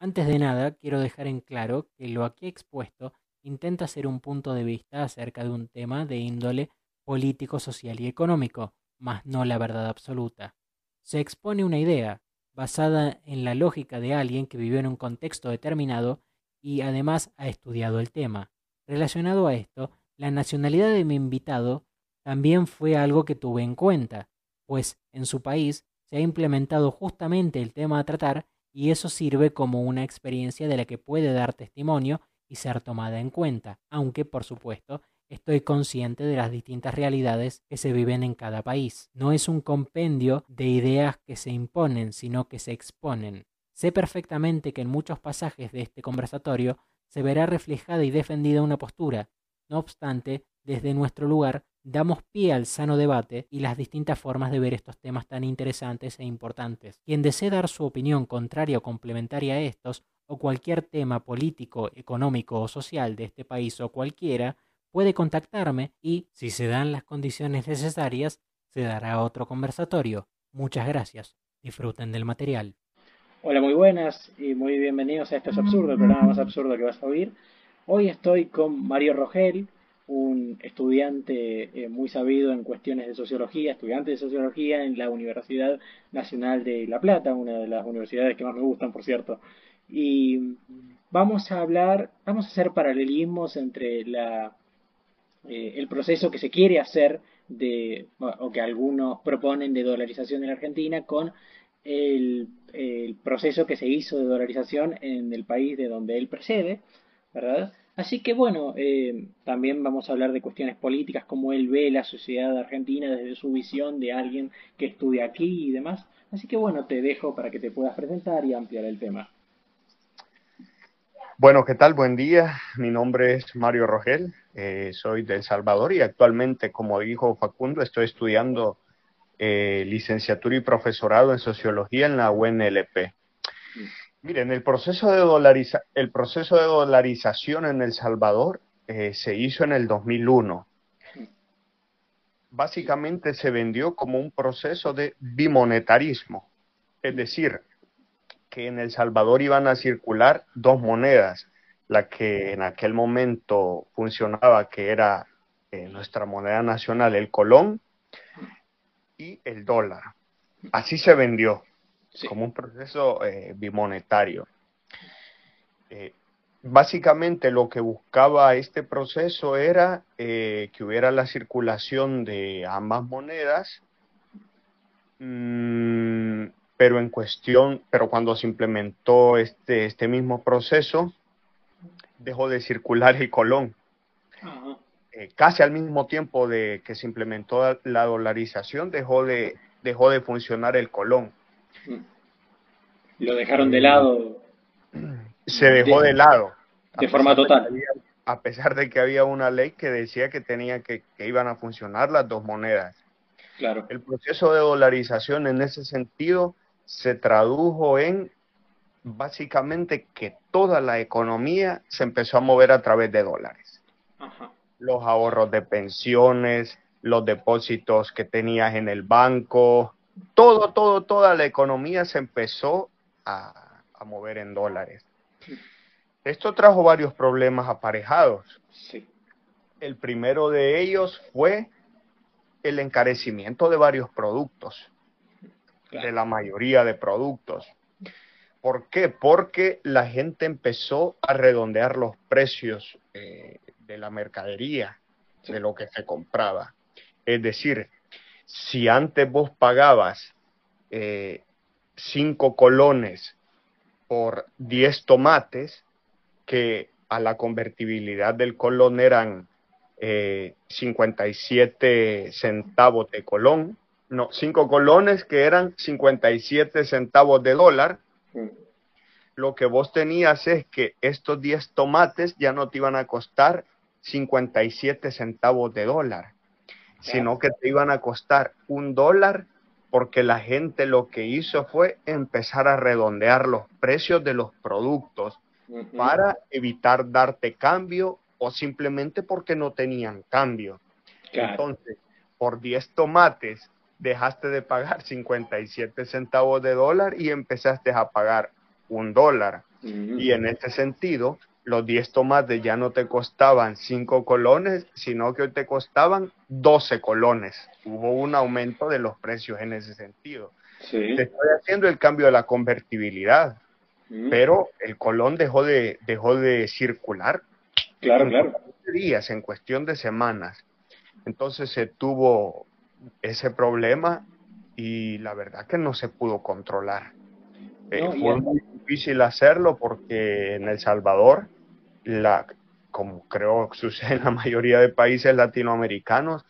Antes de nada, quiero dejar en claro que lo aquí expuesto intenta ser un punto de vista acerca de un tema de índole político, social y económico, mas no la verdad absoluta. Se expone una idea basada en la lógica de alguien que vivió en un contexto determinado y además ha estudiado el tema. Relacionado a esto, la nacionalidad de mi invitado también fue algo que tuve en cuenta, pues en su país se ha implementado justamente el tema a tratar y eso sirve como una experiencia de la que puede dar testimonio y ser tomada en cuenta, aunque por supuesto estoy consciente de las distintas realidades que se viven en cada país. No es un compendio de ideas que se imponen, sino que se exponen. Sé perfectamente que en muchos pasajes de este conversatorio se verá reflejada y defendida una postura. No obstante, desde nuestro lugar damos pie al sano debate y las distintas formas de ver estos temas tan interesantes e importantes. Quien desee dar su opinión contraria o complementaria a estos, o cualquier tema político, económico o social de este país o cualquiera, puede contactarme y, si se dan las condiciones necesarias, se dará otro conversatorio. Muchas gracias. Disfruten del material. Hola, muy buenas y muy bienvenidos a Esto es Absurdo, el programa más absurdo que vas a oír. Hoy estoy con Mario Rogel, un estudiante muy sabido en cuestiones de sociología, estudiante de sociología en la Universidad Nacional de La Plata, una de las universidades que más me gustan, por cierto. Y vamos a hacer paralelismos entre el proceso que se quiere hacer o que algunos proponen de dolarización en la Argentina con el proceso que se hizo de dolarización en el país de donde él procede, ¿verdad? Así que bueno, también vamos a hablar de cuestiones políticas, cómo él ve la sociedad argentina desde su visión de alguien que estudia aquí y demás. Así que bueno, te dejo para que te puedas presentar y ampliar el tema. Bueno, ¿qué tal? Buen día. Mi nombre es Mario Rogel, soy de El Salvador y actualmente, como dijo Facundo, estoy estudiando licenciatura y profesorado en sociología en la UNLP. Miren, el proceso de dolarización en El Salvador se hizo en el 2001. Básicamente se vendió como un proceso de bimonetarismo, es decir, que en El Salvador iban a circular dos monedas, la que en aquel momento funcionaba, que era nuestra moneda nacional, el colón, y el dólar. Así se vendió, Sí, como un proceso bimonetario. Eh, Básicamente lo que buscaba este proceso era que hubiera la circulación de ambas monedas, mmm, pero cuando se implementó este mismo proceso, dejó de circular el colón. ajá. Casi al mismo tiempo de que se implementó la dolarización, dejó de funcionar el colón. Lo dejaron de Eh, lado Se dejó de, de lado, de a forma pesar de que total, a pesar de que había una ley que decía que iban a funcionar las dos monedas. claro. El proceso de dolarización en ese sentido se tradujo en básicamente que toda la economía se empezó a mover a través de dólares. Ajá. Los ahorros de pensiones, los depósitos que tenías en el banco, toda la economía se empezó a mover en dólares. Esto trajo varios problemas aparejados. Sí, El primero de ellos fue el encarecimiento de varios productos, de claro. la mayoría de productos. ¿Por qué? Porque la gente empezó a redondear los precios de la mercadería, Sí, de lo que se compraba. Es decir, si antes vos pagabas eh, 5 colones por 10 tomates, que a la convertibilidad del colón eran 57 centavos de colón, no, 5 colones que eran 57 centavos de dólar, lo que vos tenías es que estos 10 tomates ya no te iban a costar 57 centavos de dólar, claro. sino que te iban a costar $1 porque la gente lo que hizo fue empezar a redondear los precios de los productos Ujú, para evitar darte cambio o simplemente porque no tenían cambio. claro. Entonces, por 10 tomates dejaste de pagar 57 centavos de dólar y empezaste a pagar $1. Y en este sentido, los 10 tomates ya no te costaban 5 colones, sino que hoy te costaban 12 colones. Hubo un aumento de los precios en ese sentido. Sí. Te estoy haciendo el cambio de la convertibilidad, pero el colón dejó de circular. Claro, en claro. días, en cuestión de semanas. Entonces se tuvo ese problema y la verdad que no se pudo controlar. No, Fue muy difícil hacerlo porque en El Salvador, como creo que sucede en la mayoría de países latinoamericanos,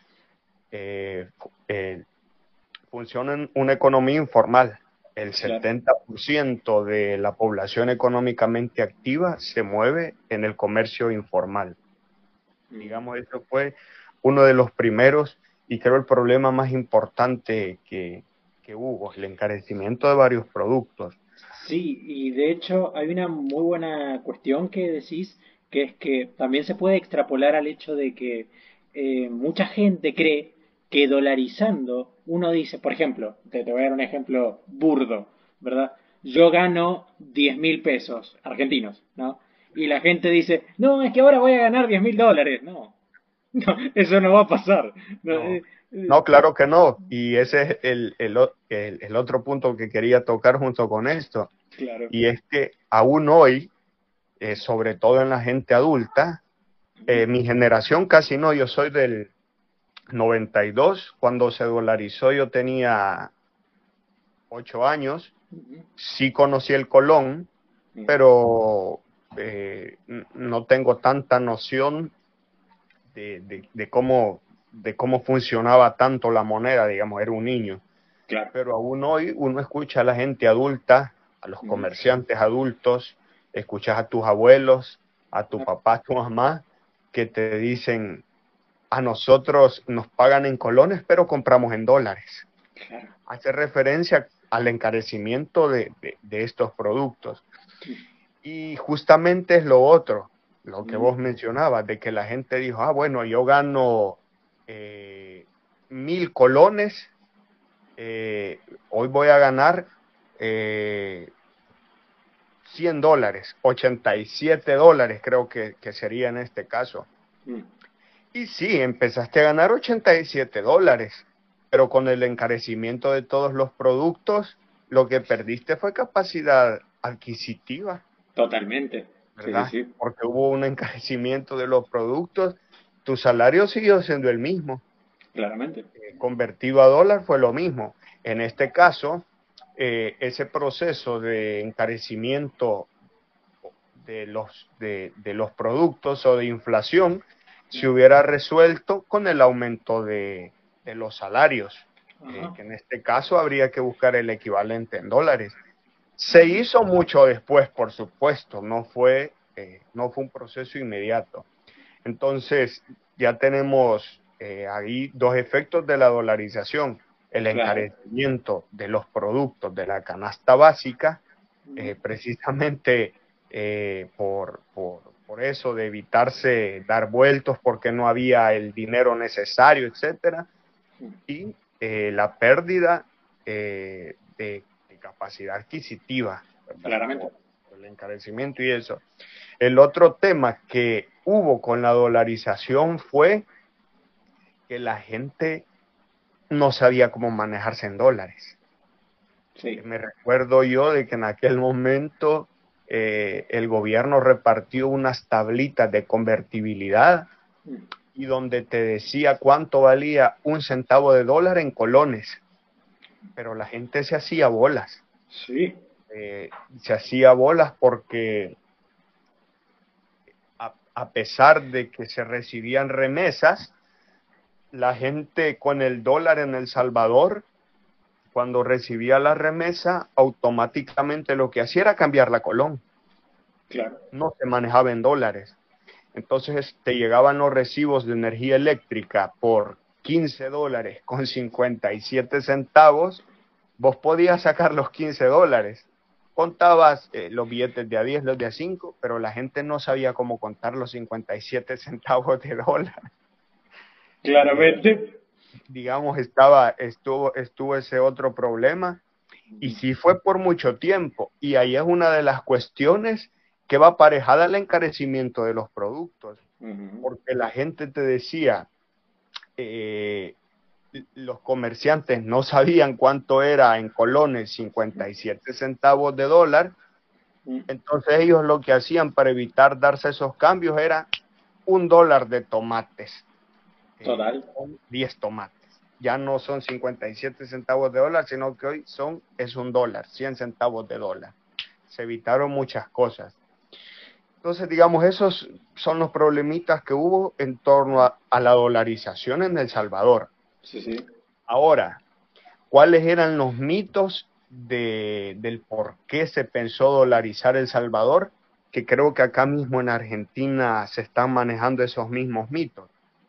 funciona una economía informal. El claro. 70% de la población económicamente activa se mueve en el comercio informal. Digamos, eso fue uno de los primeros y creo el problema más importante que hubo, el encarecimiento de varios productos. Sí, y de hecho hay una muy buena cuestión que decís, que es que también se puede extrapolar al hecho de que mucha gente cree que dolarizando uno dice, por ejemplo, te voy a dar un ejemplo burdo, ¿verdad? Yo gano 10.000 pesos argentinos, ¿no? Y la gente dice, no, es que ahora voy a ganar $10.000. No, no, eso no va a pasar. No, No, no, claro que no. Y ese es el otro punto que quería tocar junto con esto. claro. Y es que aún hoy, sobre todo en la gente adulta, mi generación casi no, yo soy del 92, cuando se dolarizó yo tenía 8 años, sí conocí el colón, pero no tengo tanta noción de cómo funcionaba tanto la moneda, digamos, era un niño. Claro. Pero aún hoy uno escucha a la gente adulta, a los comerciantes adultos, escuchas a tus abuelos, a tu papá, a tu mamá, que te dicen, a nosotros nos pagan en colones, pero compramos en dólares. Claro. Hace referencia al encarecimiento de estos productos. Y justamente es lo otro, lo que vos mencionabas, de que la gente dijo, bueno, yo gano 1.000 colones, hoy voy a ganar $100, $87 creo que sería en este caso. Y sí, empezaste a ganar $87, pero con el encarecimiento de todos los productos, lo que perdiste fue capacidad adquisitiva. Totalmente. ¿Verdad? Sí, sí, sí. Porque hubo un encarecimiento de los productos, tu salario siguió siendo el mismo. Claramente. Convertido a dólar fue lo mismo. En este caso, ese proceso de encarecimiento de los productos o de inflación se hubiera resuelto con el aumento de los salarios, que en este caso habría que buscar el equivalente en dólares. Se hizo mucho después, por supuesto, no fue un proceso inmediato. Entonces, ya tenemos ahí dos efectos de la dolarización: el encarecimiento de los productos de la canasta básica, precisamente por eso de evitarse dar vueltos porque no había el dinero necesario, etcétera, y la pérdida de capacidad adquisitiva, ¿verdad? Claramente. Por el encarecimiento y eso. El otro tema que hubo con la dolarización fue que la gente no sabía cómo manejarse en dólares. Sí. Me recuerdo yo de que en aquel momento el gobierno repartió unas tablitas de convertibilidad y donde te decía cuánto valía un centavo de dólar en colones, pero la gente se hacía bolas. Sí. Se hacía bolas porque a pesar de que se recibían remesas, la gente con el dólar en El Salvador, cuando recibía la remesa, automáticamente lo que hacía era cambiar la colón. Claro. No se manejaba en dólares. Entonces te llegaban los recibos de energía eléctrica por $15 con 57 centavos. Vos podías sacar los $15. Contabas los billetes de a 10, los de a 5, pero la gente no sabía cómo contar los 57 centavos de dólar. Claramente. Digamos, estuvo ese otro problema. Y sí fue por mucho tiempo. Y ahí es una de las cuestiones que va aparejada al encarecimiento de los productos. Porque la gente te decía, los comerciantes no sabían cuánto era en colones 57 centavos de dólar. Entonces ellos lo que hacían para evitar darse esos cambios era $1 de tomates. Total. 10 tomates. Ya no son 57 centavos de dólar, sino que hoy es $1, 100 centavos de dólar. Se evitaron muchas cosas. Entonces, digamos, esos son los problemitas que hubo en torno a la dolarización en El Salvador. Sí. Ahora, ¿cuáles eran los mitos del por qué se pensó dolarizar El Salvador? Que creo que acá mismo en Argentina se están manejando esos mismos mitos.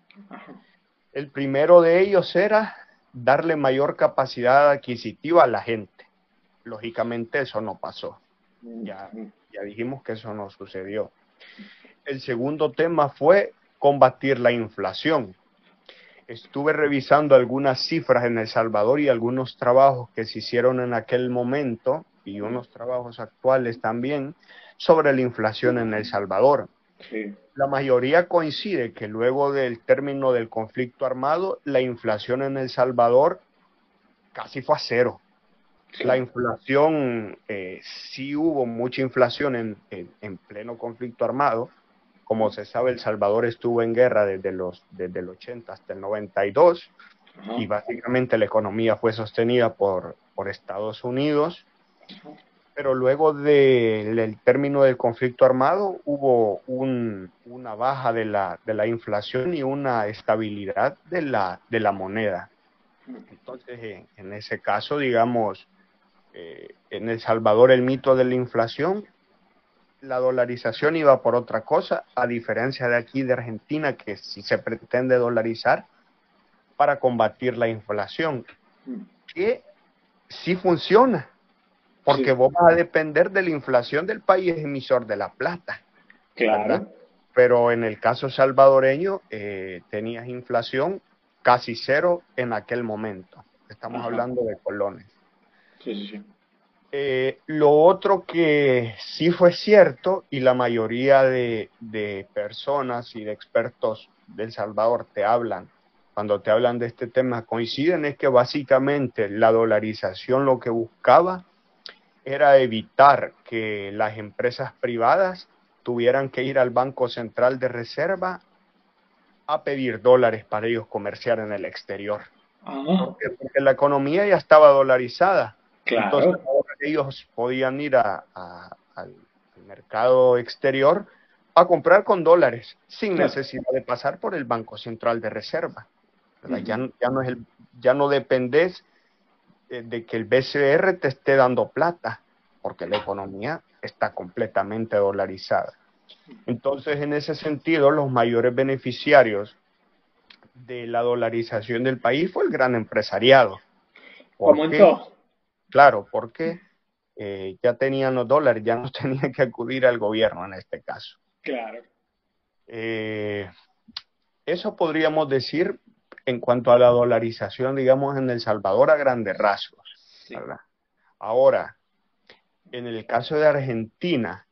El primero de ellos era darle mayor capacidad adquisitiva a la gente. Lógicamente eso no pasó. Ya dijimos que eso no sucedió. El segundo tema fue combatir la inflación. Estuve revisando algunas cifras en El Salvador y algunos trabajos que se hicieron en aquel momento y unos trabajos actuales también sobre la inflación en El Salvador. Sí. La mayoría coincide que luego del término del conflicto armado, la inflación en El Salvador casi fue a cero. Sí. La inflación, sí hubo mucha inflación en pleno conflicto armado. Como se sabe, El Salvador estuvo en guerra desde el 80 hasta el 92 y básicamente la economía fue sostenida por Estados Unidos. Pero luego del término del conflicto armado hubo una baja de la inflación y una estabilidad de la moneda. Entonces, en ese caso, digamos, en El Salvador el mito de la inflación, la dolarización iba por otra cosa, a diferencia de aquí de Argentina, que sí se pretende dolarizar para combatir la inflación, que sí funciona. Porque Sí. vos vas a depender de la inflación del país emisor de la plata, ¿verdad? Claro. Pero en el caso salvadoreño tenías inflación casi cero en aquel momento. Estamos hablando de colones. Sí. Lo otro que sí fue cierto, y la mayoría de personas y de expertos de El Salvador cuando te hablan de este tema, coinciden, es que básicamente la dolarización lo que buscaba era evitar que las empresas privadas tuvieran que ir al Banco Central de Reserva a pedir dólares para ellos comerciar en el exterior. ¿Por qué? Porque la economía ya estaba dolarizada. Claro. Entonces ahora ellos podían ir al mercado exterior a comprar con dólares sin necesidad de pasar por el Banco Central de Reserva. Ya no dependés de que el BCR te esté dando plata, porque la economía está completamente dolarizada. Entonces, en ese sentido, los mayores beneficiarios de la dolarización del país fue el gran empresariado. Como en todo. Claro, porque ya tenían los dólares, ya no tenían que acudir al gobierno en este caso. Claro. Eso podríamos decir en cuanto a la dolarización, digamos, en El Salvador a grandes rasgos, ¿verdad? Ahora, en el caso de Argentina,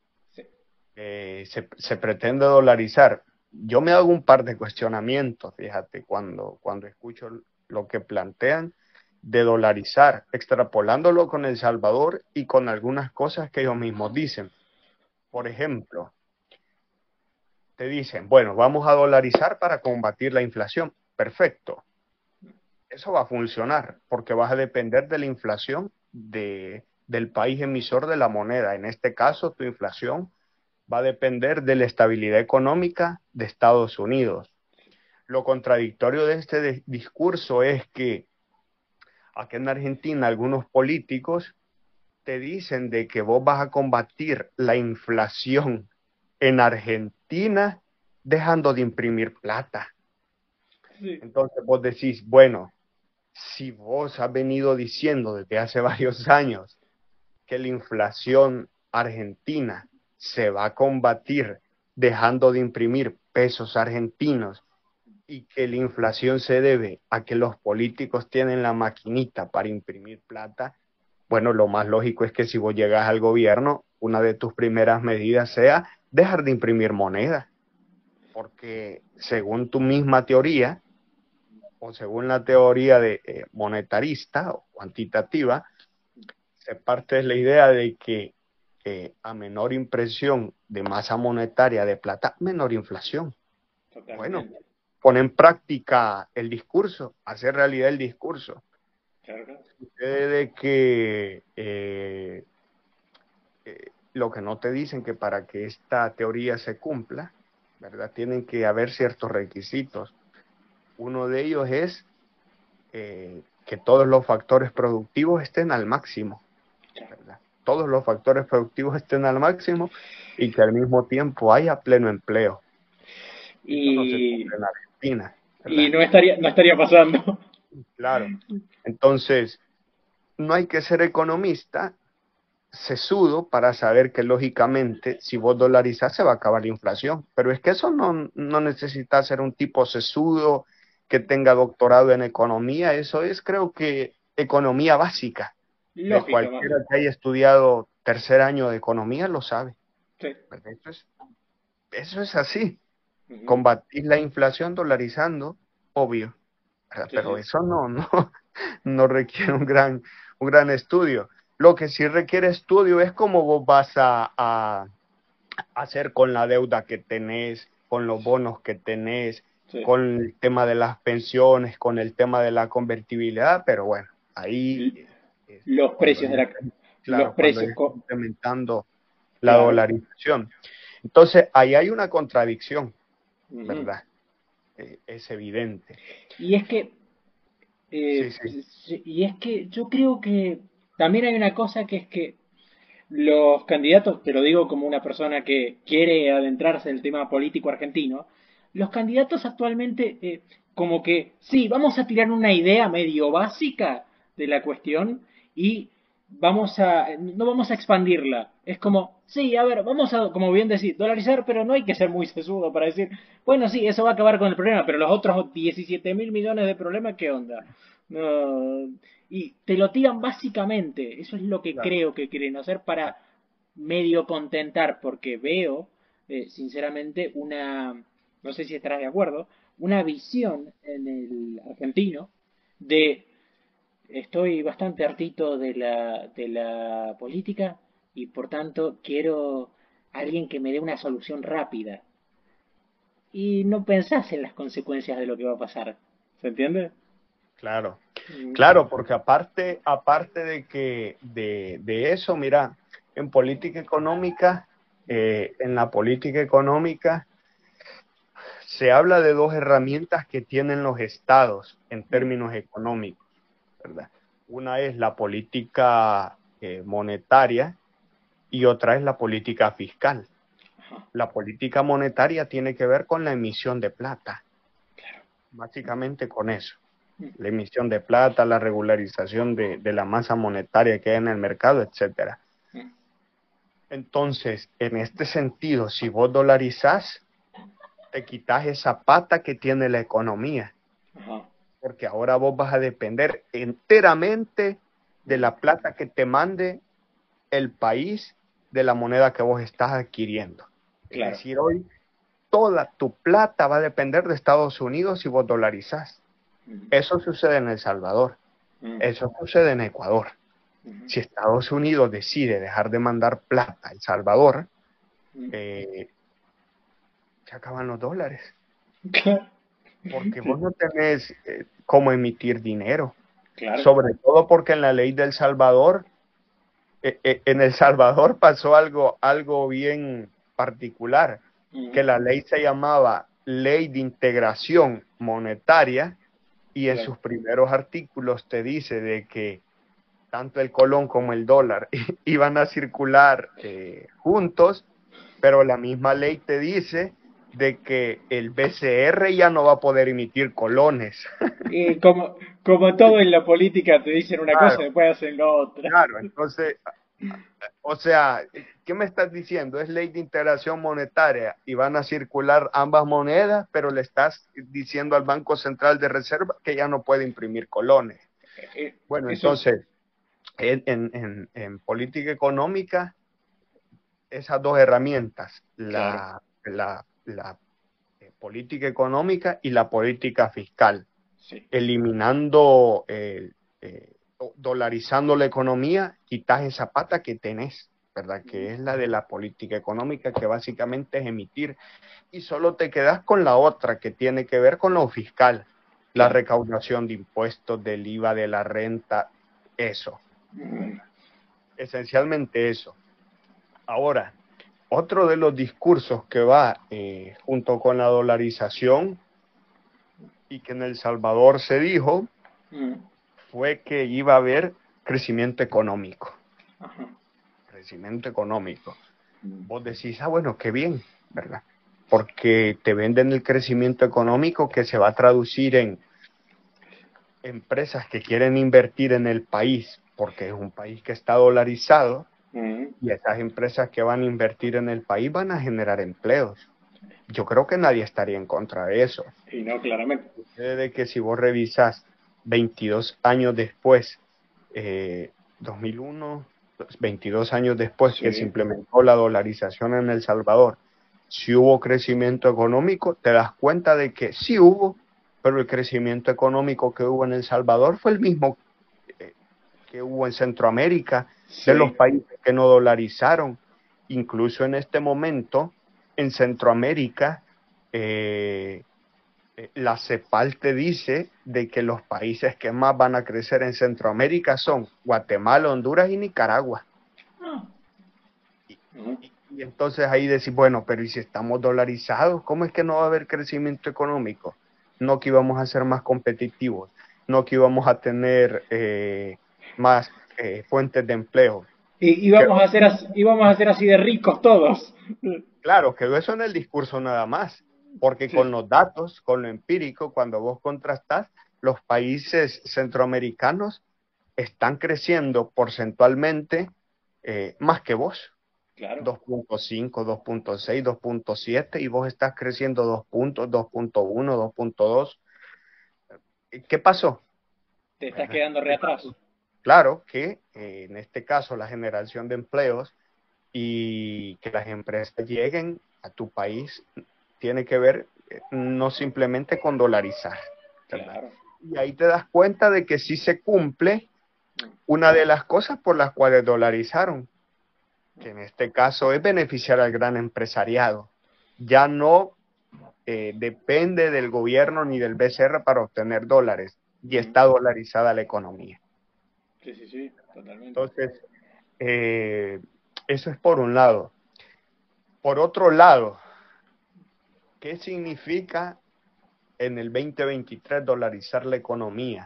se pretende dolarizar. Yo me hago un par de cuestionamientos, fíjate, cuando escucho lo que plantean de dolarizar, extrapolándolo con El Salvador y con algunas cosas que ellos mismos dicen. Por ejemplo, te dicen, bueno, vamos a dolarizar para combatir la inflación. Perfecto. Eso va a funcionar porque vas a depender de la inflación del país emisor de la moneda. En este caso, tu inflación va a depender de la estabilidad económica de Estados Unidos. Lo contradictorio de este discurso es que aquí en Argentina algunos políticos te dicen de que vos vas a combatir la inflación en Argentina dejando de imprimir plata. Entonces vos decís, bueno, si vos has venido diciendo desde hace varios años que la inflación argentina se va a combatir dejando de imprimir pesos argentinos y que la inflación se debe a que los políticos tienen la maquinita para imprimir plata, bueno, lo más lógico es que si vos llegas al gobierno, una de tus primeras medidas sea dejar de imprimir moneda, porque según tu misma teoría, o según la teoría de monetarista o cuantitativa, se parte de la idea de que a menor impresión de masa monetaria de plata, menor inflación. Totalmente. Bueno, pone en práctica el discurso, hacer realidad el discurso. Claro. Sucede de que lo que no te dicen que para que esta teoría se cumpla, ¿verdad? Tienen que haber ciertos requisitos. Uno de ellos es que todos los factores productivos estén al máximo, ¿verdad? Todos los factores productivos estén al máximo y que al mismo tiempo haya pleno empleo. Esto no se cumple en Argentina, ¿verdad? Y no estaría pasando. Claro. Entonces, no hay que ser economista sesudo para saber que lógicamente si vos dolarizás se va a acabar la inflación, pero es que eso no necesita ser un tipo sesudo que tenga doctorado en economía, eso es creo que economía básica. Lógica, Cualquiera que haya estudiado tercer año de economía lo sabe. Sí. Eso es así. Combatir la inflación dolarizando, obvio, sí, pero sí, eso no requiere un gran estudio. Lo que sí requiere estudio es cómo vos vas a hacer con la deuda que tenés, con los bonos que tenés, sí, con el tema de las pensiones, con el tema de la convertibilidad, pero bueno, ahí los precios de la claro, los precios cuando incrementando la dolarización. Entonces, ahí hay una contradicción, ¿verdad? Es evidente. Y es que y es que yo creo que también hay una cosa que es que los candidatos, te lo digo como una persona que quiere adentrarse en el tema político argentino, los candidatos actualmente como que sí, vamos a tirar una idea medio básica de la cuestión y no vamos a expandirla. Es como, sí, a ver, vamos a, como bien decir, dolarizar, pero no hay que ser muy sesudo para decir, bueno, sí, eso va a acabar con el problema, pero los otros 17.000 millones de problemas, ¿qué onda? No, y te lo tiran básicamente, eso es lo que creo que quieren hacer para medio contentar, porque veo, sinceramente, no sé si estarás de acuerdo, una visión en el argentino de estoy bastante hartito de la política y por tanto quiero alguien que me dé una solución rápida. Y no pensás en las consecuencias de lo que va a pasar. ¿Se entiende? Claro, claro, porque aparte de que de eso, mira, en la política económica se habla de dos herramientas que tienen los estados en términos económicos, ¿verdad? Una es la política monetaria y otra es la política fiscal. La política monetaria tiene que ver con la emisión de plata, básicamente con eso. La emisión de plata, la regularización de la masa monetaria que hay en el mercado, etcétera. Entonces, en este sentido, si vos dolarizás, te quitas esa pata que tiene la economía. Porque ahora vos vas a depender enteramente de la plata que te mande el país de la moneda que vos estás adquiriendo. Claro. Es decir, hoy toda tu plata va a depender de Estados Unidos si vos dolarizás. Eso sucede en El Salvador. Eso sucede en Ecuador. Si Estados Unidos decide dejar de mandar plata a El Salvador, se acaban los dólares. Porque vos no tenés cómo emitir dinero. Claro. Sobre todo porque en la ley de El Salvador, en El Salvador pasó algo bien particular, que la ley se llamaba Ley de Integración Monetaria y en sus primeros artículos te dice de que tanto el colón como el dólar iban a circular juntos, pero la misma ley te dice de que el BCR ya no va a poder emitir colones. Y como todo en la política te dicen una cosa y después hacen la otra. Claro, entonces, o sea, ¿qué me estás diciendo? Es ley de integración monetaria y van a circular ambas monedas, pero le estás diciendo al Banco Central de Reserva que ya no puede imprimir colones. Bueno, entonces, en política económica, esas dos herramientas, Claro, la política económica y la política fiscal, sí. eliminando, dolarizando la economía, quitas esa pata que tenés, ¿verdad? Que es la de la política económica, que básicamente es emitir, y solo te quedas con la otra, que tiene que ver con lo fiscal, la Claro. recaudación de impuestos, del IVA, de la renta, eso, Mm, esencialmente eso. Ahora, otro de los discursos que va junto con la dolarización y que en El Salvador se dijo mm, fue que iba a haber crecimiento económico. ajá, Crecimiento económico. mm, Vos decís, bueno, qué bien, ¿verdad? Porque te venden el crecimiento económico que se va a traducir en empresas que quieren invertir en el país, porque es un país que está dolarizado, mm. y esas empresas que van a invertir en el país van a generar empleos. Yo creo que nadie estaría en contra de eso. Y no, claramente. De que si vos revisas 22 años después, 2001, 22 años después que se Sí, implementó la dolarización en El Salvador, si hubo crecimiento económico, te das cuenta de que sí hubo, pero el crecimiento económico que hubo en El Salvador fue el mismo eh, que hubo en Centroamérica, de los sí, países que no dolarizaron. Incluso en este momento, en Centroamérica, eh, la CEPAL te dice de que los países que más van a crecer en Centroamérica son Guatemala, Honduras y Nicaragua. ah, Y, ujú, y entonces ahí decís, bueno, pero ¿y si estamos dolarizados? ¿Cómo es que no va a haber crecimiento económico? No que íbamos a ser más competitivos, no que íbamos a tener más fuentes de empleo. Y Quedó, íbamos a ser así de ricos todos. claro, quedó eso en el discurso nada más, porque con Sí, los datos, con lo empírico, cuando vos contrastás, los países centroamericanos están creciendo porcentualmente más que vos. claro. 2.5, 2.6, 2.7 y vos estás creciendo 2 puntos, 2.1, 2.2. ¿Qué pasó? Te estás ¿Verdad? quedando re ¿Qué atrás. pasó? Claro que en este caso la generación de empleos y que las empresas lleguen a tu país tiene que ver no simplemente con dolarizar, ¿verdad? Claro. Y ahí te das cuenta de que sí se cumple Mm, una de las cosas por las cuales dolarizaron, que en este caso es beneficiar al gran empresariado. Ya no depende del gobierno ni del BCR para obtener dólares, y mm. está dolarizada la economía. Sí, sí, sí, totalmente. Entonces, eh, eso es por un lado. Por otro lado, ¿qué significa en el 2023 dolarizar la economía?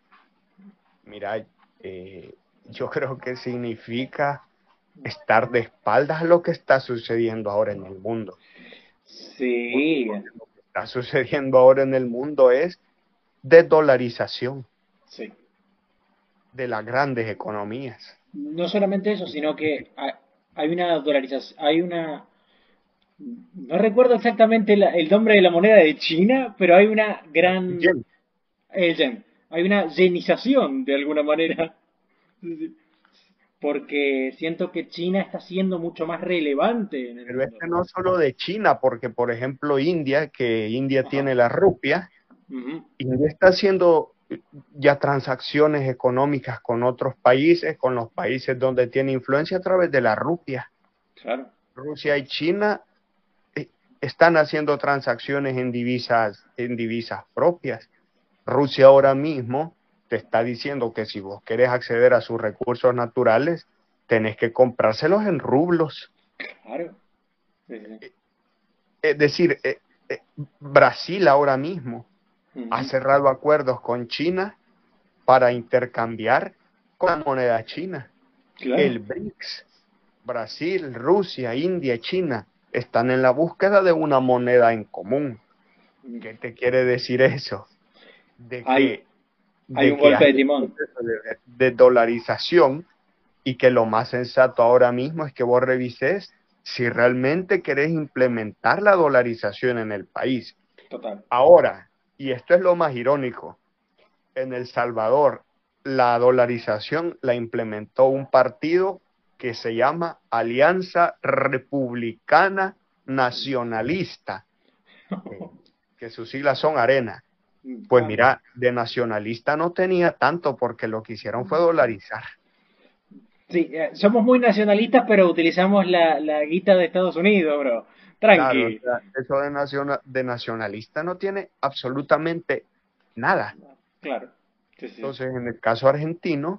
Mira, yo creo que significa estar de espaldas a lo que está sucediendo ahora en el mundo. Sí, Porque lo que está sucediendo ahora en el mundo es desdolarización sí. de las grandes economías. No solamente eso, sino que hay una dolarización, hay una... No recuerdo exactamente el nombre de la moneda de China, pero hay una gran... Yen. El yen. Hay una yenización de alguna manera. Sí, sí. Porque siento que China está siendo mucho más relevante en el Pero mundo. este no solo de China, porque por ejemplo India, que India Ajá. tiene la rupia, Ujú. India está haciendo ya transacciones económicas con otros países, con los países donde tiene influencia a través de la rupia. Claro. Rusia y China eh, están haciendo transacciones en divisas propias. Rusia ahora mismo te está diciendo que si vos querés acceder a sus recursos naturales, tenés que comprárselos en rublos. Claro. Sí, sí. Es decir, Brasil ahora mismo ha Ujú. cerrado acuerdos con China para intercambiar con la moneda china. Claro. El BRICS, Brasil, Rusia, India, China, están en la búsqueda de una moneda en común. ¿Qué te quiere decir eso? De Hay, que, hay de un que golpe hay de un timón. proceso de dolarización, y que lo más sensato ahora mismo es que vos revises si realmente querés implementar la dolarización en el país. Total. Ahora, y esto es lo más irónico, en El Salvador, la dolarización la implementó un partido que se llama Alianza Republicana Nacionalista, que sus siglas son ARENA. Pues mira, de nacionalista no tenía tanto porque lo que hicieron fue dolarizar. Sí, somos muy nacionalistas, pero utilizamos la guita de Estados Unidos, bro. Claro, o Tranqui. sea, eso de nacionalista no tiene absolutamente nada. Claro. Sí, sí. Entonces, en el caso argentino,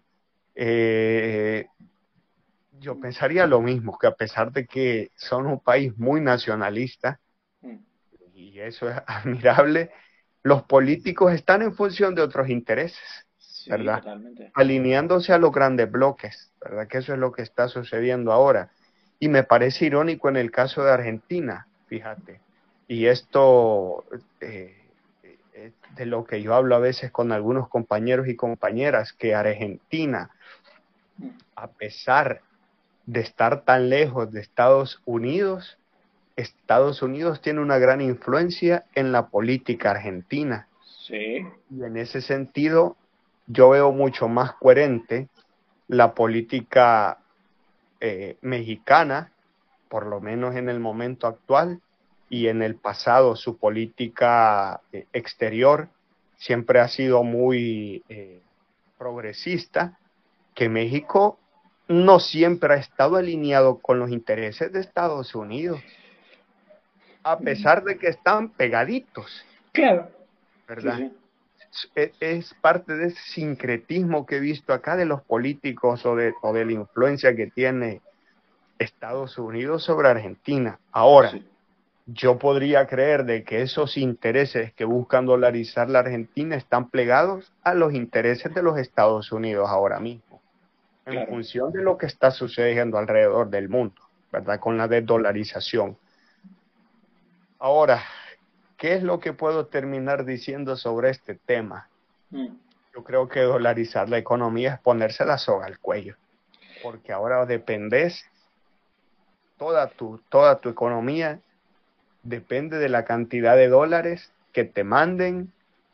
yo pensaría lo mismo, que a pesar de que son un país muy nacionalista, y eso es admirable, los políticos están en función de otros intereses, Sí, ¿verdad? totalmente. Alineándose a los grandes bloques, ¿verdad? Que eso es lo que está sucediendo ahora. Y me parece irónico en el caso de Argentina, fíjate. Y esto, de lo que yo hablo a veces con algunos compañeros y compañeras, que Argentina, a pesar de estar tan lejos de Estados Unidos tiene una gran influencia en la política argentina. Sí. Y en ese sentido, yo veo mucho más coherente la política mexicana, por lo menos en el momento actual, y en el pasado su política exterior siempre ha sido muy progresista, que México no siempre ha estado alineado con los intereses de Estados Unidos, a pesar de que están pegaditos, Claro. ¿verdad? Sí, Es parte de ese sincretismo que he visto acá de los políticos o de la influencia que tiene Estados Unidos sobre Argentina. Ahora, sí. yo podría creer de que esos intereses que buscan dolarizar la Argentina están plegados a los intereses de los Estados Unidos ahora mismo, en Claro. función de lo que está sucediendo alrededor del mundo, ¿verdad? Con la desdolarización. Ahora, ¿qué es lo que puedo terminar diciendo sobre este tema? Yo creo que dolarizar la economía es ponerse la soga al cuello, porque ahora dependes, toda tu economía depende de la cantidad de dólares que te manden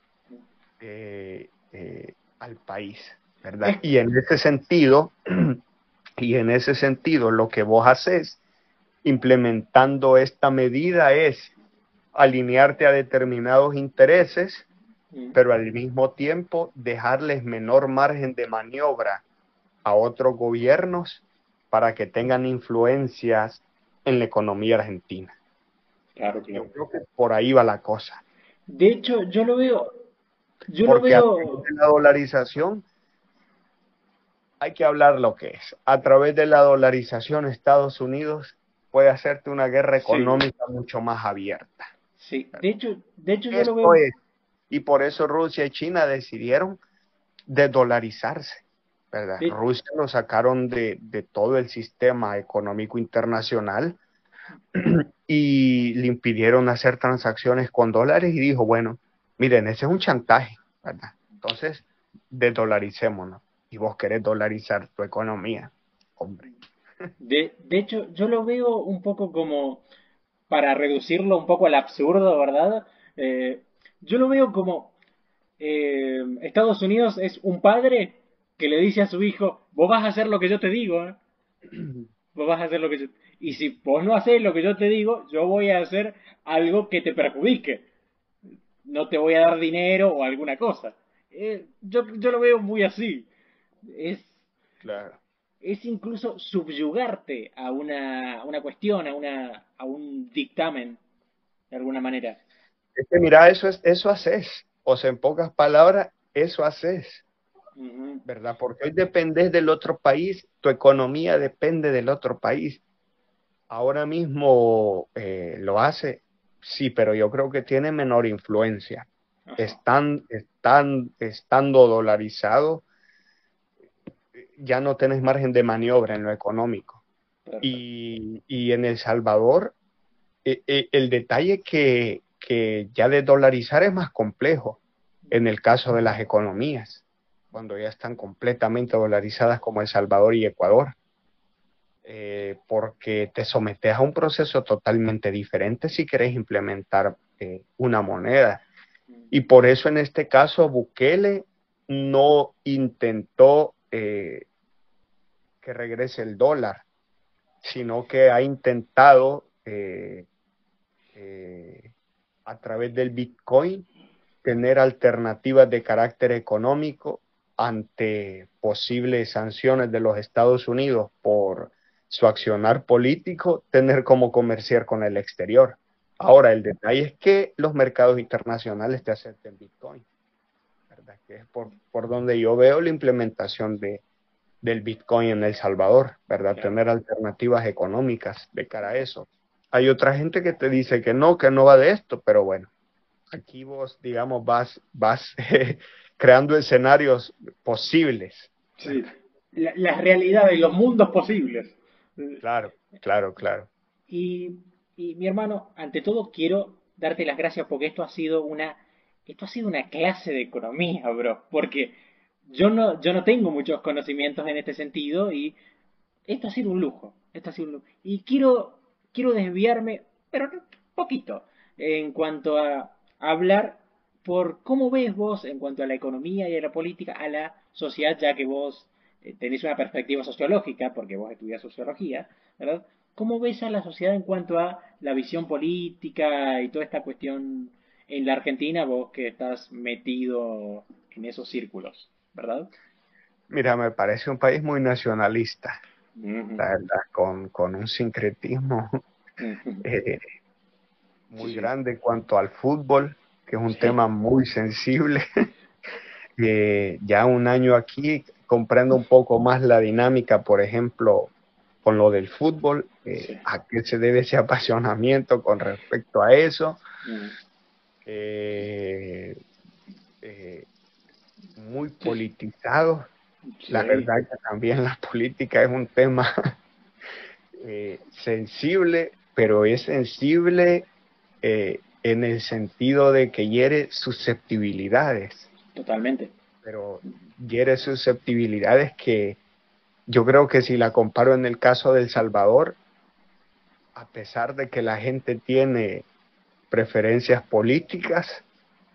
al país, ¿verdad? Y en ese sentido, lo que vos haces implementando esta medida es alinearte a determinados intereses, pero al mismo tiempo dejarles menor margen de maniobra a otros gobiernos para que tengan influencias en la economía argentina. Claro, claro. Yo creo que por ahí va la cosa. De hecho, yo lo Porque a través veo, de la dolarización, hay que hablar lo que es. A través de la dolarización, Estados Unidos puede hacerte una guerra económica mucho más abierta. sí. De hecho yo lo Esto veo, es, y por eso Rusia y China decidieron desdolarizarse, ¿verdad? de, Rusia lo sacaron de todo el sistema económico internacional y le impidieron hacer transacciones con dólares y dijo, bueno, miren, ese es un chantaje, ¿verdad? Entonces, desdolaricémonos. Y vos querés dolarizar tu economía, hombre. de hecho, yo lo veo un poco como, para reducirlo un poco al absurdo, ¿verdad? Yo lo veo como Estados Unidos es un padre que le dice a su hijo, vos vas a hacer lo que yo te digo, ¿eh? Vos vas a hacer lo que yo... Y si vos no haces lo que yo te digo, yo voy a hacer algo que te perjudique. No te voy a dar dinero o alguna cosa. Yo lo veo muy así. Es, Claro. es incluso subyugarte a una cuestión, a un dictamen, de alguna manera. Es que mira, eso haces. O sea, en pocas palabras, eso haces, ¿verdad? Porque hoy dependes del otro país, tu economía depende del otro país. Ahora mismo lo hace, sí, pero yo creo que tiene menor influencia. Estando dolarizado, ya no tenés margen de maniobra en lo económico. Y en El Salvador, el detalle que ya desdolarizar es más complejo en el caso de las economías, cuando ya están completamente dolarizadas como El Salvador y Ecuador. Porque te sometes a un proceso totalmente diferente si querés implementar una moneda. Y por eso en este caso Bukele no intentó que regrese el dólar, sino que ha intentado a través del Bitcoin tener alternativas de carácter económico ante posibles sanciones de los Estados Unidos por su accionar político, tener cómo comerciar con el exterior. Ahora, el detalle es que los mercados internacionales te acepten Bitcoin, ¿verdad? Que es por donde yo veo la implementación del Bitcoin en El Salvador, ¿verdad? Claro. Tener alternativas económicas de cara a eso. Hay otra gente que te dice que no va de esto, pero bueno, aquí vos, digamos, vas creando escenarios posibles. Sí, las realidades, los mundos posibles. Claro, claro, claro. Y, y mi hermano, ante todo quiero darte las gracias porque esto ha sido una clase de economía, bro. Porque yo no tengo muchos conocimientos en este sentido y esto ha sido un lujo. Esto ha sido un lujo. Y quiero desviarme, pero un poquito, en cuanto a hablar por cómo ves vos en cuanto a la economía y a la política, a la sociedad, ya que vos tenés una perspectiva sociológica, porque vos estudiás sociología, ¿verdad? ¿Cómo ves a la sociedad en cuanto a la visión política y toda esta cuestión en la Argentina, vos que estás metido en esos círculos, ¿verdad? Mira, me parece un país muy nacionalista, Ujú, la verdad, con un sincretismo ujú. eh, Sí, muy sí, grande en cuanto al fútbol, que es un sí, tema muy sensible. Ya un año aquí comprendo un poco más la dinámica, por ejemplo, con lo del fútbol, sí. a qué se debe ese apasionamiento con respecto a eso. Mm. Eh, eh, Muy Sí, politizado. La sí, verdad que también la política es un tema sensible, pero es sensible en el sentido de que hiere susceptibilidades, totalmente. pero hiere susceptibilidades que yo creo que si la comparo en el caso de El Salvador, a pesar de que la gente tiene preferencias políticas,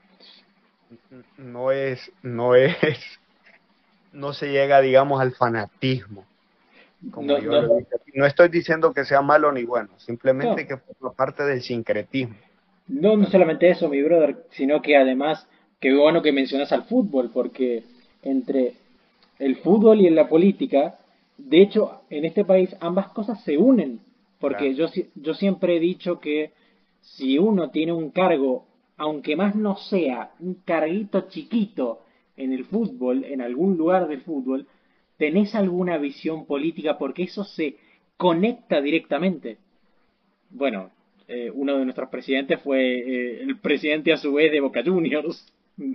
no se llega, digamos, al fanatismo, como No, yo no, lo dije. No estoy diciendo que sea malo ni bueno, no, simplemente que forma parte del sincretismo, no ¿verdad? solamente eso, mi brother, sino que además, qué bueno que mencionas al fútbol, porque entre el fútbol y en la política, de hecho, en este país ambas cosas se unen, porque Claro, yo siempre he dicho que si uno tiene un cargo, aunque más no sea un carguito chiquito en el fútbol, en algún lugar del fútbol, tenés alguna visión política porque eso se conecta directamente. Bueno, uno de nuestros presidentes fue el presidente a su vez de Boca Juniors,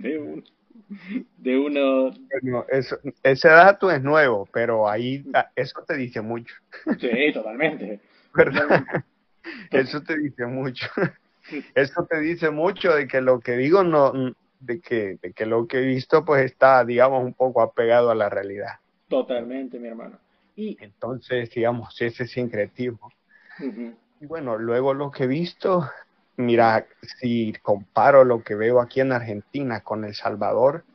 de uno... bueno, ese dato es nuevo, pero ahí eso te dice mucho, Sí, totalmente, ¿verdad? totalmente. To- Eso te dice mucho. Eso te dice mucho de que lo que digo no, de que lo que he visto pues está, digamos, un poco apegado a la realidad. Totalmente, mi hermano. Y Entonces, digamos, ese sincretismo. ujú, Y bueno, luego lo que he visto, mira, si comparo lo que veo aquí en Argentina con El Salvador,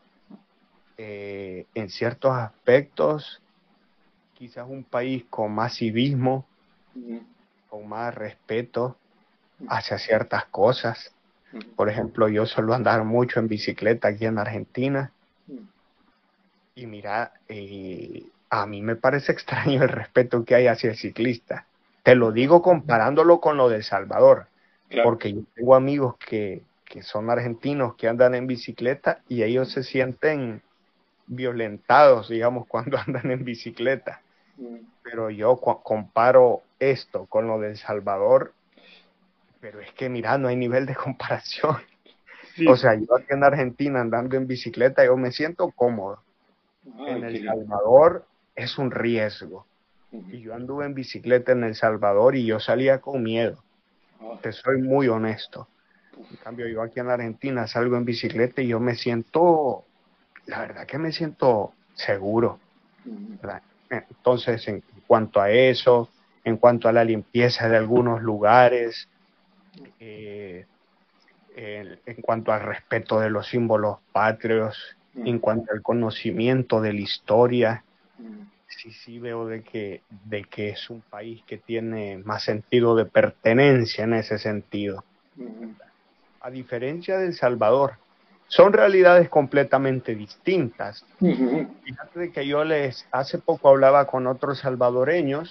en ciertos aspectos, quizás un país con más civismo, ujú, con más respeto hacia ciertas cosas. ujú, Por ejemplo, yo suelo andar mucho en bicicleta aquí en Argentina ujú. y mira, a mí me parece extraño el respeto que hay hacia el ciclista. Te lo digo comparándolo con lo de El Salvador, Claro. porque yo tengo amigos que son argentinos que andan en bicicleta y ellos se sienten violentados, digamos, cuando andan en bicicleta. Ujú. Pero yo comparo esto con lo de El Salvador, pero es que mira, no hay nivel de comparación. O Sí. sea, yo aquí en Argentina andando en bicicleta, yo me siento cómodo. Ay, En El qué lindo. Salvador es un riesgo. Ujú. Y yo anduve en bicicleta en El Salvador y yo salía con miedo. Ay, Te soy muy honesto. En cambio, yo aquí en Argentina salgo en bicicleta y yo me siento, la verdad que me siento seguro, ujú. ¿verdad? Entonces, en cuanto a eso, en cuanto a la limpieza de algunos lugares, en cuanto al respeto de los símbolos patrios, en cuanto al conocimiento de la historia. Mm. Sí veo de que es un país que tiene más sentido de pertenencia en ese sentido. A diferencia de El Salvador, son realidades completamente distintas. Fíjate que hace poco hablaba con otros salvadoreños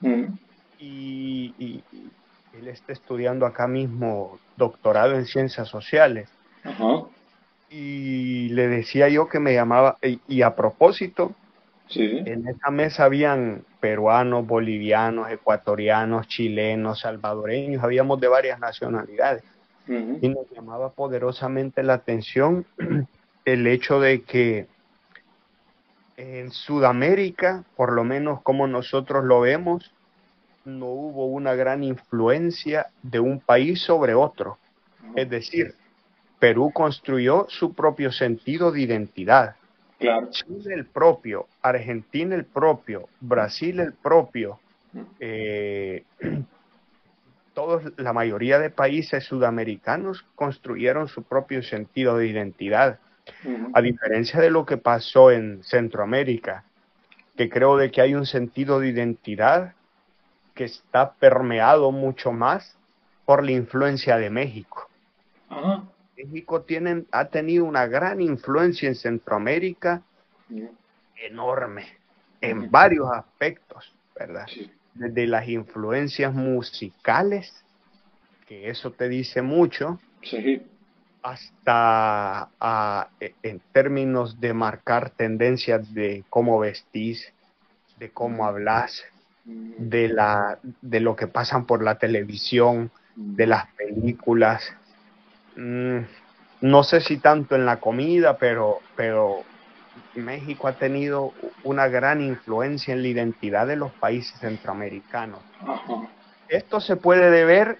y él está estudiando acá mismo doctorado en ciencias sociales. Ajá. Y le decía yo que me llamaba, y a propósito, Sí. en esa mesa habían peruanos, bolivianos, ecuatorianos, chilenos, salvadoreños, habíamos de varias nacionalidades. Y nos llamaba poderosamente la atención el hecho de que en Sudamérica, por lo menos como nosotros lo vemos, no hubo una gran influencia de un país sobre otro. Es decir, Perú construyó su propio sentido de identidad. Claro. Chile el propio, Argentina el propio, Brasil el propio, la mayoría de países sudamericanos construyeron su propio sentido de identidad. A diferencia de lo que pasó en Centroamérica, que creo de que hay un sentido de identidad que está permeado mucho más por la influencia de México. Ajá. México ha tenido una gran influencia en Centroamérica, enorme, en varios aspectos, ¿verdad? Sí. Desde las influencias musicales, que eso te dice mucho, Sí. hasta en términos de marcar tendencias de cómo vestís, de cómo hablas, de lo que pasan por la televisión, de las películas. No sé si tanto en la comida, pero México ha tenido una gran influencia en la identidad de los países centroamericanos. Ajá. Esto se puede deber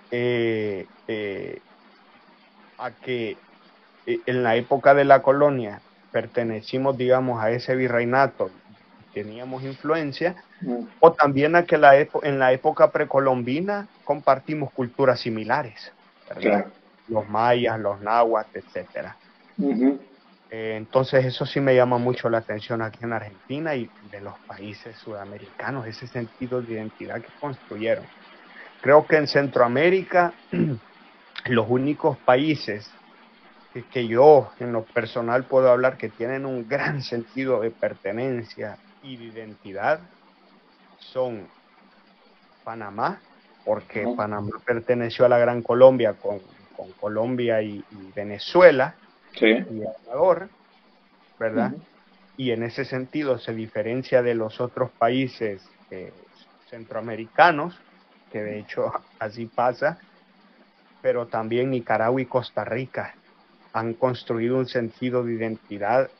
a que en la época de la colonia pertenecimos, digamos, a ese virreinato, teníamos influencia, o también a que en la época precolombina compartimos culturas similares, ¿verdad? Claro. Los mayas, los náhuatl, etcétera. Entonces eso sí me llama mucho la atención aquí en Argentina y de los países sudamericanos, ese sentido de identidad que construyeron. Creo que en Centroamérica los únicos países que yo en lo personal puedo hablar que tienen un gran sentido de pertenencia y de identidad son Panamá, porque Panamá perteneció a la Gran Colombia con Colombia y Venezuela, Sí. y Ecuador, ¿verdad? Y en ese sentido se diferencia de los otros países centroamericanos, que de hecho así pasa, pero también Nicaragua y Costa Rica han construido un sentido de identidad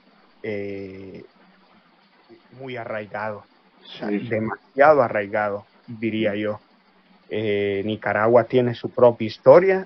muy arraigado, Sí. demasiado arraigado, diría yo. Nicaragua tiene su propia historia.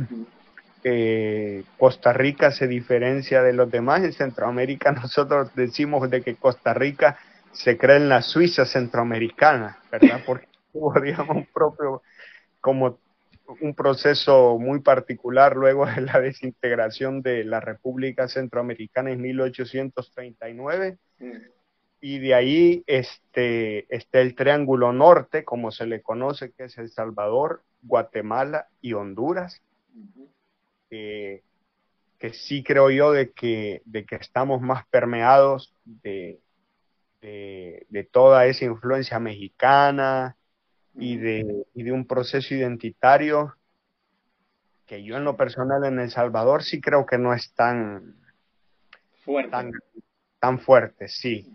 Costa Rica se diferencia de los demás. En Centroamérica nosotros decimos de que Costa Rica se cree en la Suiza centroamericana, ¿verdad? Porque tuvo, digamos, como un proceso muy particular luego de la desintegración de la República Centroamericana en 1839. Y de ahí está el Triángulo Norte, como se le conoce, que es El Salvador, Guatemala y Honduras, que sí creo yo de que estamos más permeados de toda esa influencia mexicana y de un proceso identitario que yo en lo personal en El Salvador sí creo que no es tan Fuerte. tan fuerte, sí.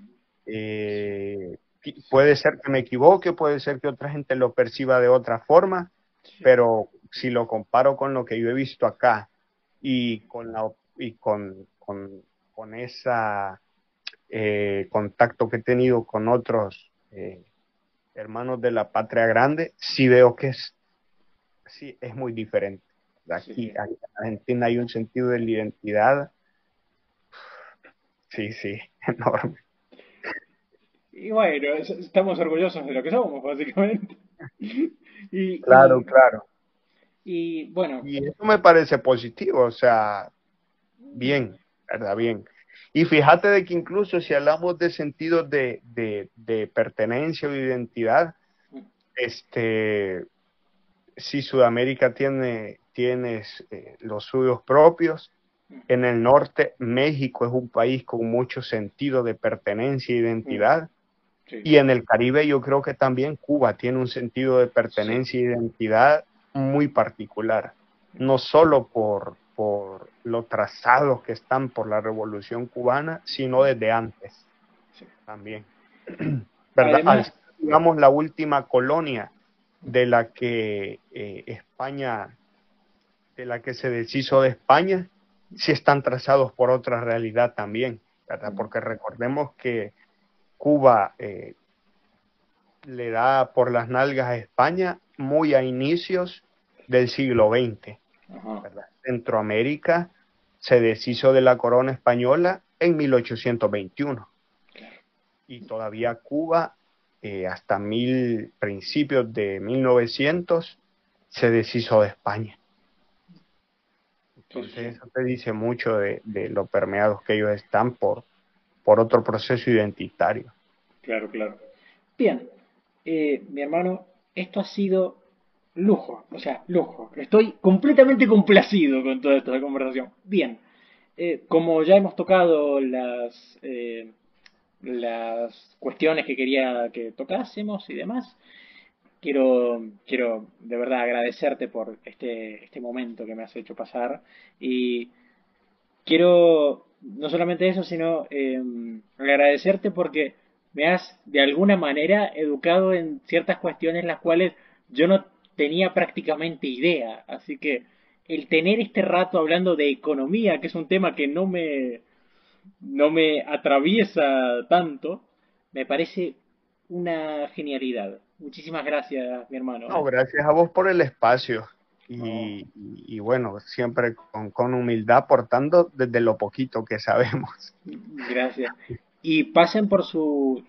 Puede ser que me equivoque, puede ser que otra gente lo perciba de otra forma, pero si lo comparo con lo que yo he visto acá y con esa contacto que he tenido con otros hermanos de la patria grande, sí veo que es muy diferente. Aquí en Argentina hay un sentido de la identidad, sí, enorme. Y bueno, estamos orgullosos de lo que somos, básicamente. Claro. Y bueno, Y eso me parece positivo, o sea, bien, ¿verdad? Bien. Y fíjate de que incluso si hablamos de sentidos de pertenencia o de identidad, si Sudamérica tiene los suyos propios, en el norte México es un país con mucho sentido de pertenencia e identidad, Sí. y en el Caribe yo creo que también Cuba tiene un sentido de pertenencia e identidad muy particular, no solo por los trazados que están por la Revolución Cubana, sino desde antes también. ¿Verdad? Al ser, digamos, la última colonia de la que España, de la que se deshizo de España, sí están trazados por otra realidad también, ¿verdad? Porque recordemos que Cuba le da por las nalgas a España muy a inicios del siglo XX, ¿verdad? Centroamérica se deshizo de la corona española en 1821 y todavía Cuba hasta principios de 1900 se deshizo de España. Entonces eso te dice mucho de lo permeados que ellos están por otro proceso identitario. Claro, claro. Bien, mi hermano, esto ha sido lujo, o sea, lujo. Estoy completamente complacido con toda esta conversación. Bien, como ya hemos tocado las cuestiones que quería que tocásemos y demás, quiero de verdad agradecerte por este momento que me has hecho pasar y quiero no solamente eso, sino agradecerte porque me has de alguna manera educado en ciertas cuestiones las cuales yo no tenía prácticamente idea. Así que el tener este rato hablando de economía, que es un tema que no me atraviesa tanto, me parece una genialidad. Muchísimas gracias, mi hermano. No, gracias a vos por el espacio No, y bueno, siempre con humildad aportando desde lo poquito que sabemos. gracias. Y pasen por su,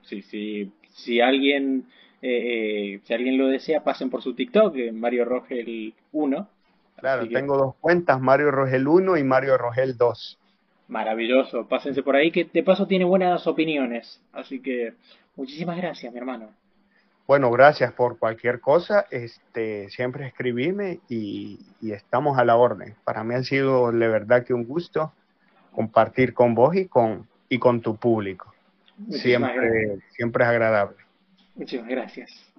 si alguien lo desea, pasen por su TikTok, Mario Rogel 1. Así Claro, que tengo dos cuentas, Mario Rogel 1 y Mario Rogel 2. maravilloso, pásense por ahí, que de paso tiene buenas opiniones. Así que muchísimas gracias, mi hermano. Bueno, gracias por cualquier cosa. Siempre escribime y estamos a la orden. Para mí ha sido de verdad que un gusto compartir con vos y con tu público. Muchísimas gracias. Siempre es agradable. Muchísimas gracias.